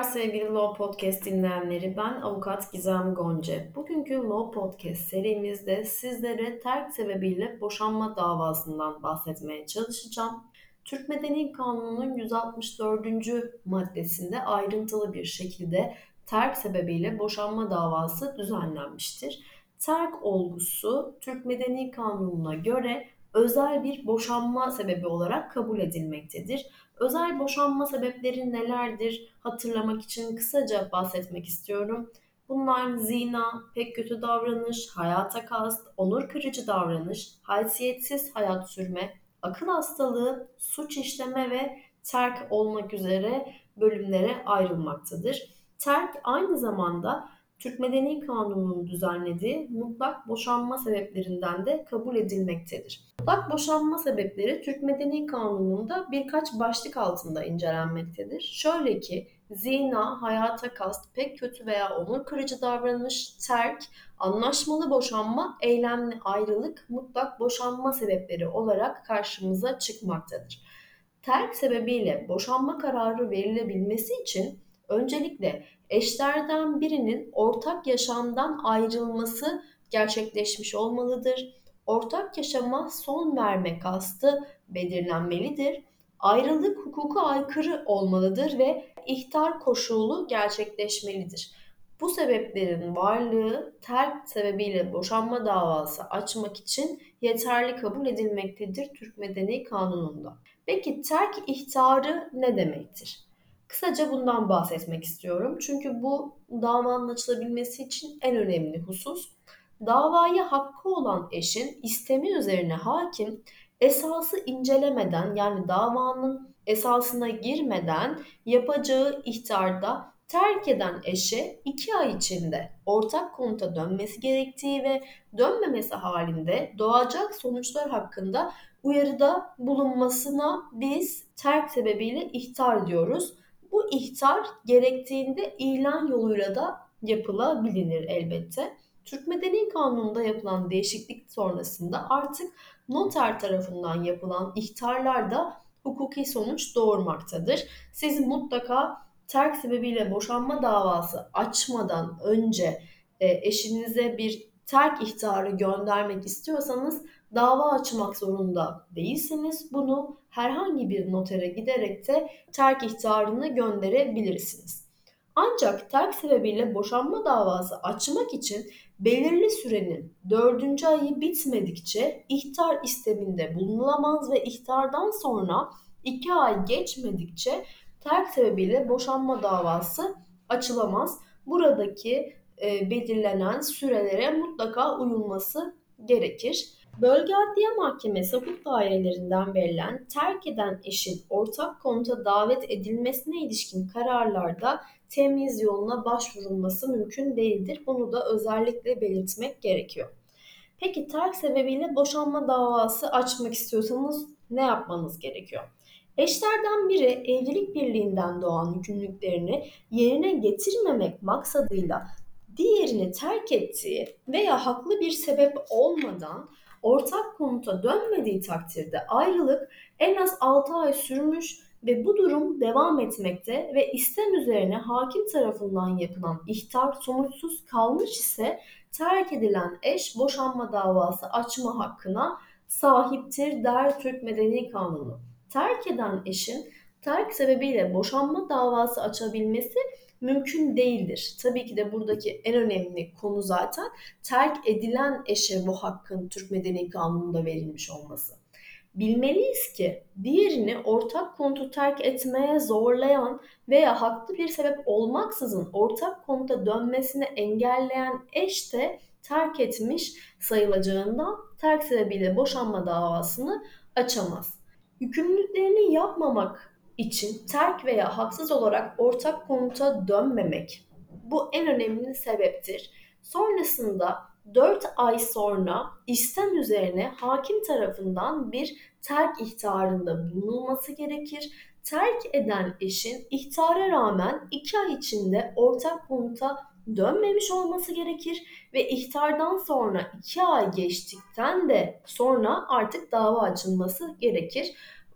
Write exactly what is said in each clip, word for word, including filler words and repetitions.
sevgili Law Podcast dinleyenleri, ben Avukat Gizem Gonca. Bugünkü Law Podcast serimizde sizlere terk sebebiyle boşanma davasından bahsetmeye çalışacağım. Türk Medeni Kanunu'nun yüz altmış dördüncü maddesinde ayrıntılı bir şekilde terk sebebiyle boşanma davası düzenlenmiştir. Terk olgusu Türk Medeni Kanunu'na göre özel bir boşanma sebebi olarak kabul edilmektedir. Özel boşanma sebepleri nelerdir? Hatırlamak için kısaca bahsetmek istiyorum. Bunlar zina, pek kötü davranış, hayata kast, onur kırıcı davranış, haysiyetsiz hayat sürme, akıl hastalığı, suç işleme ve terk olmak üzere bölümlere ayrılmaktadır. Terk aynı zamanda Türk Medeni Kanunu'nun düzenlediği mutlak boşanma sebeplerinden de kabul edilmektedir. Mutlak boşanma sebepleri Türk Medeni Kanunu'nda birkaç başlık altında incelenmektedir. Şöyle ki, zina, hayata kast, pek kötü veya onur kırıcı davranış, terk, anlaşmalı boşanma, eylemli ayrılık mutlak boşanma sebepleri olarak karşımıza çıkmaktadır. Terk sebebiyle boşanma kararı verilebilmesi için öncelikle eşlerden birinin ortak yaşamdan ayrılması gerçekleşmiş olmalıdır. Ortak yaşama son verme kastı belirlenmelidir. Ayrılık hukuka aykırı olmalıdır ve ihtar koşulu gerçekleşmelidir. Bu sebeplerin varlığı terk sebebiyle boşanma davası açmak için yeterli kabul edilmektedir Türk Medeni Kanunu'nda. Peki terk ihtarı ne demektir? Kısaca bundan bahsetmek istiyorum. Çünkü bu davanın açılabilmesi için en önemli husus. Davaya hakkı olan eşin istemi üzerine hakim esası incelemeden, yani davanın esasına girmeden yapacağı ihtarda terk eden eşe iki ay içinde ortak konuta dönmesi gerektiği ve dönmemesi halinde doğacak sonuçlar hakkında uyarıda bulunmasına biz terk sebebiyle ihtar diyoruz. Bu ihtar gerektiğinde ilan yoluyla da yapılabilir elbette. Türk Medeni Kanunu'nda yapılan değişiklik sonrasında artık noter tarafından yapılan ihtarlar da hukuki sonuç doğurmaktadır. Siz mutlaka terk sebebiyle boşanma davası açmadan önce e, eşinize bir terk ihtarı göndermek istiyorsanız dava açmak zorunda değilsiniz. Bunu herhangi bir notere giderek de terk ihtarını gönderebilirsiniz. Ancak terk sebebiyle boşanma davası açmak için belirli sürenin dördüncü ayı bitmedikçe ihtar isteminde bulunulamaz ve ihtardan sonra iki ay geçmedikçe terk sebebiyle boşanma davası açılamaz. Buradaki e, belirlenen sürelere mutlaka uyulması gerekir. Bölge Adliye Mahkemesi hukuk dairelerinden verilen terk eden eşin ortak konuta davet edilmesine ilişkin kararlarda temyiz yoluna başvurulması mümkün değildir. Bunu da özellikle belirtmek gerekiyor. Peki terk sebebiyle boşanma davası açmak istiyorsanız ne yapmanız gerekiyor? Eşlerden biri evlilik birliğinden doğan yükümlülüklerini yerine getirmemek maksadıyla diğerini terk ettiği veya haklı bir sebep olmadan ortak konuta dönmediği takdirde ayrılık en az altı ay sürmüş ve bu durum devam etmekte ve istem üzerine hakim tarafından yapılan ihtar sonuçsuz kalmış ise terk edilen eş boşanma davası açma hakkına sahiptir der Türk Medeni Kanunu. Terk eden eşin terk sebebiyle boşanma davası açabilmesi mümkün değildir. Tabii ki de buradaki en önemli konu zaten terk edilen eşe bu hakkın Türk Medeni Kanunu'nda verilmiş olması. Bilmeliyiz ki diğerini ortak konutu terk etmeye zorlayan veya haklı bir sebep olmaksızın ortak konuta dönmesini engelleyen eş de terk etmiş sayılacağından terk sebebiyle boşanma davasını açamaz. Yükümlülüklerini yapmamak için terk veya haksız olarak ortak konuta dönmemek bu en önemli sebeptir. Sonrasında dört ay sonra istem üzerine hakim tarafından bir terk ihtarında bulunulması gerekir. Terk eden eşin ihtara rağmen iki ay içinde ortak konuta dönmemiş olması gerekir ve ihtardan sonra iki ay geçtikten de sonra artık dava açılması gerekir.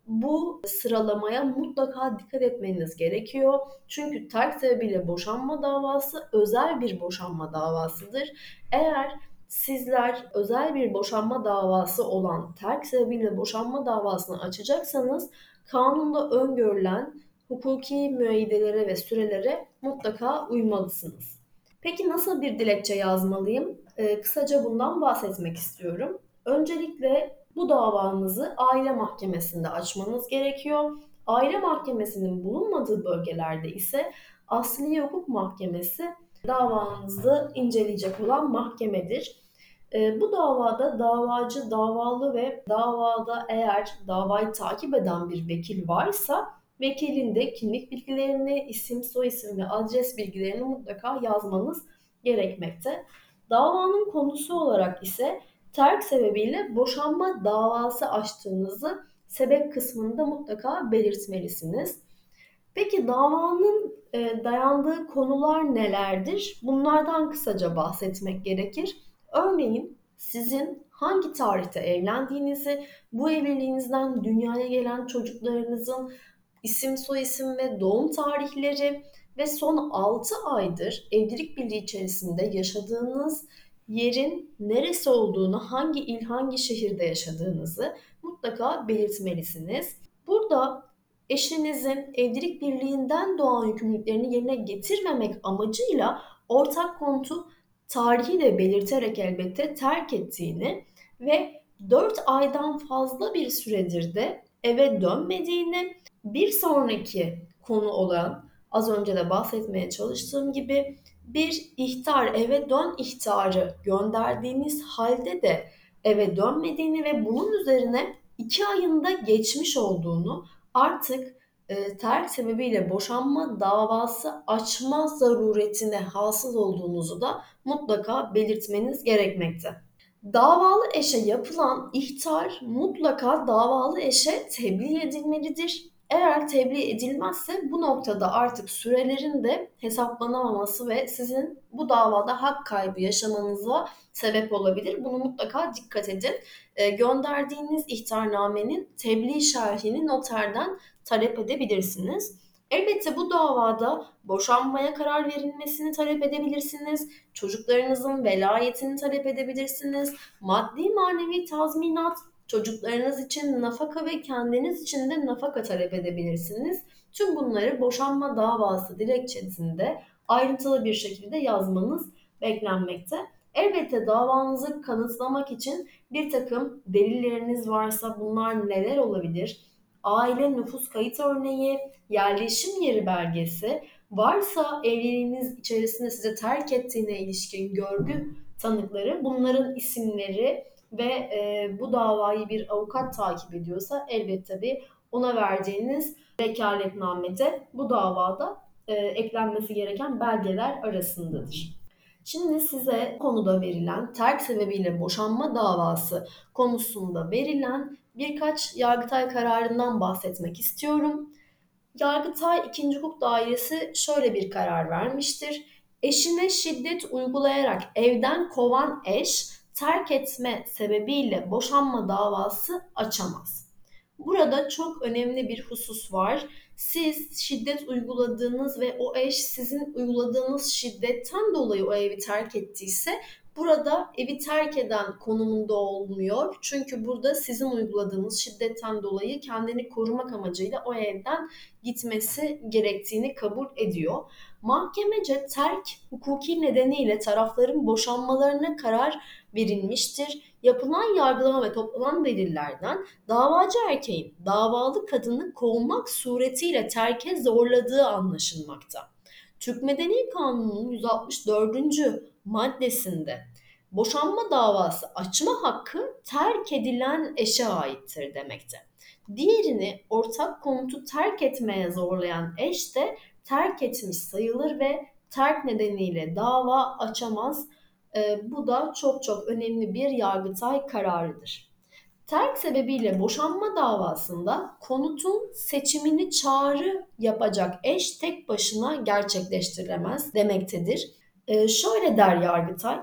bu sıralamaya mutlaka dikkat etmeniz gerekiyor. Çünkü terk sebebiyle boşanma davası özel bir boşanma davasıdır. Eğer sizler özel bir boşanma davası olan terk sebebiyle boşanma davasını açacaksanız kanunda öngörülen hukuki müeyyidelere ve sürelere mutlaka uymalısınız. Peki nasıl bir dilekçe yazmalıyım? Ee, kısaca bundan bahsetmek istiyorum. Öncelikle bu davanızı aile mahkemesinde açmanız gerekiyor. Aile mahkemesinin bulunmadığı bölgelerde ise Asliye Hukuk Mahkemesi davanızı inceleyecek olan mahkemedir. E, bu davada davacı, davalı ve davada eğer davayı takip eden bir vekil varsa vekilin de kimlik bilgilerini, isim, soyisim ve adres bilgilerini mutlaka yazmanız gerekmekte. Davanın konusu olarak ise terk sebebiyle boşanma davası açtığınızı sebep kısmında mutlaka belirtmelisiniz. Peki davanın e, dayandığı konular nelerdir? Bunlardan kısaca bahsetmek gerekir. Örneğin sizin hangi tarihte evlendiğinizi, bu evliliğinizden dünyaya gelen çocuklarınızın isim, soyisim ve doğum tarihleri ve son altı aydır evlilik birliği içerisinde yaşadığınız yerin neresi olduğunu, hangi il, hangi şehirde yaşadığınızı mutlaka belirtmelisiniz. Burada eşinizin evlilik birliğinden doğan yükümlülüklerini yerine getirmemek amacıyla ortak konutu tarihi de belirterek elbette terk ettiğini ve dört aydan fazla bir süredir de eve dönmediğini, bir sonraki konu olan az önce de bahsetmeye çalıştığım gibi bir ihtar, eve dön ihtarı gönderdiğiniz halde de eve dönmediğini ve bunun üzerine iki ayında geçmiş olduğunu, artık e, terk sebebiyle boşanma davası açma zaruretine hasıl olduğunuzu da mutlaka belirtmeniz gerekmekte. Davalı eşe yapılan ihtar mutlaka davalı eşe tebliğ edilmelidir. Eğer tebliğ edilmezse bu noktada artık sürelerin de hesaplanamaması ve sizin bu davada hak kaybı yaşamanıza sebep olabilir. Bunu mutlaka dikkat edin. E, gönderdiğiniz ihtarnamenin tebliğ şerhini noterden talep edebilirsiniz. Elbette bu davada boşanmaya karar verilmesini talep edebilirsiniz. Çocuklarınızın velayetini talep edebilirsiniz. Maddi manevi tazminat, çocuklarınız için nafaka ve kendiniz için de nafaka talep edebilirsiniz. Tüm bunları boşanma davası dilekçesinde ayrıntılı bir şekilde yazmanız beklenmekte. Elbette davanızı kanıtlamak için bir takım delilleriniz varsa bunlar neler olabilir? Aile nüfus kayıt örneği, yerleşim yeri belgesi, varsa evliliğiniz içerisinde size terk ettiğine ilişkin görgü tanıkları, bunların isimleri ve e, bu davayı bir avukat takip ediyorsa elbette bir ona vereceğiniz vekaletnamede bu davada e, eklenmesi gereken belgeler arasındadır. Şimdi size konuda verilen terk sebebiyle boşanma davası konusunda verilen birkaç Yargıtay kararından bahsetmek istiyorum. Yargıtay ikinci. Hukuk Dairesi şöyle bir karar vermiştir. Eşine şiddet uygulayarak evden kovan eş terk etme sebebiyle boşanma davası açamaz. Burada çok önemli bir husus var. Siz şiddet uyguladığınız ve o eş sizin uyguladığınız şiddetten dolayı o evi terk ettiyse burada evi terk eden konumunda olmuyor. Çünkü burada sizin uyguladığınız şiddetten dolayı kendini korumak amacıyla o evden gitmesi gerektiğini kabul ediyor. Mahkemece terk hukuki nedeniyle tarafların boşanmalarına karar verilmiştir. Yapılan yargılama ve toplanan delillerden davacı erkeğin davalı kadını kovmak suretiyle terke zorladığı anlaşılmakta. Türk Medeni Kanunu'nun yüz altmış dördüncü maddesinde boşanma davası açma hakkı terk edilen eşe aittir demekte. Diğerini ortak konutu terk etmeye zorlayan eş de terk etmiş sayılır ve terk nedeniyle dava açamaz. E, bu da çok çok önemli bir Yargıtay kararıdır. Terk sebebiyle boşanma davasında konutun seçimini çağrı yapacak eş tek başına gerçekleştirilemez demektedir. Ee, şöyle der Yargıtay,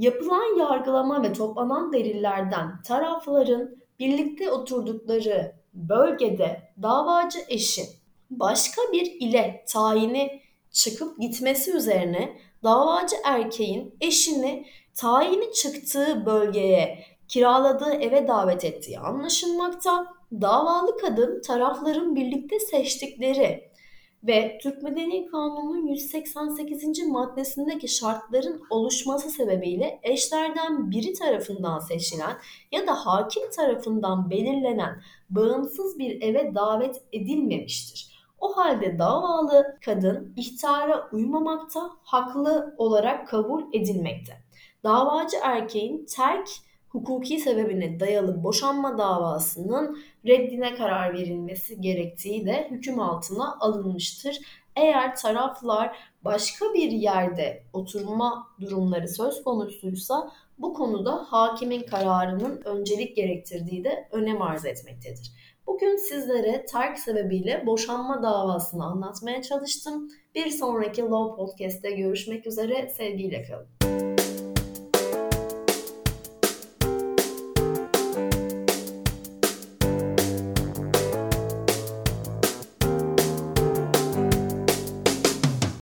yapılan yargılama ve toplanan delillerden tarafların birlikte oturdukları bölgede davacı eşin başka bir ile tayini çıkıp gitmesi üzerine davacı erkeğin eşini tayini çıktığı bölgeye kiraladığı eve davet ettiği anlaşılmakta. Davalı kadın tarafların birlikte seçtikleri ve Türk Medeni Kanunu'nun yüz seksen sekizinci maddesindeki şartların oluşması sebebiyle eşlerden biri tarafından seçilen ya da hakim tarafından belirlenen bağımsız bir eve davet edilmemiştir. O halde davalı kadın ihtara uymamakta, haklı olarak kabul edilmekte. Davacı erkeğin terk hukuki sebebine dayalı boşanma davasının reddine karar verilmesi gerektiği de hüküm altına alınmıştır. Eğer taraflar başka bir yerde oturma durumları söz konusuysa bu konuda hakimin kararının öncelik gerektirdiği de önem arz etmektedir. Bugün sizlere terk sebebiyle boşanma davasını anlatmaya çalıştım. Bir sonraki Law Podcast'te görüşmek üzere, sevgiyle kalın.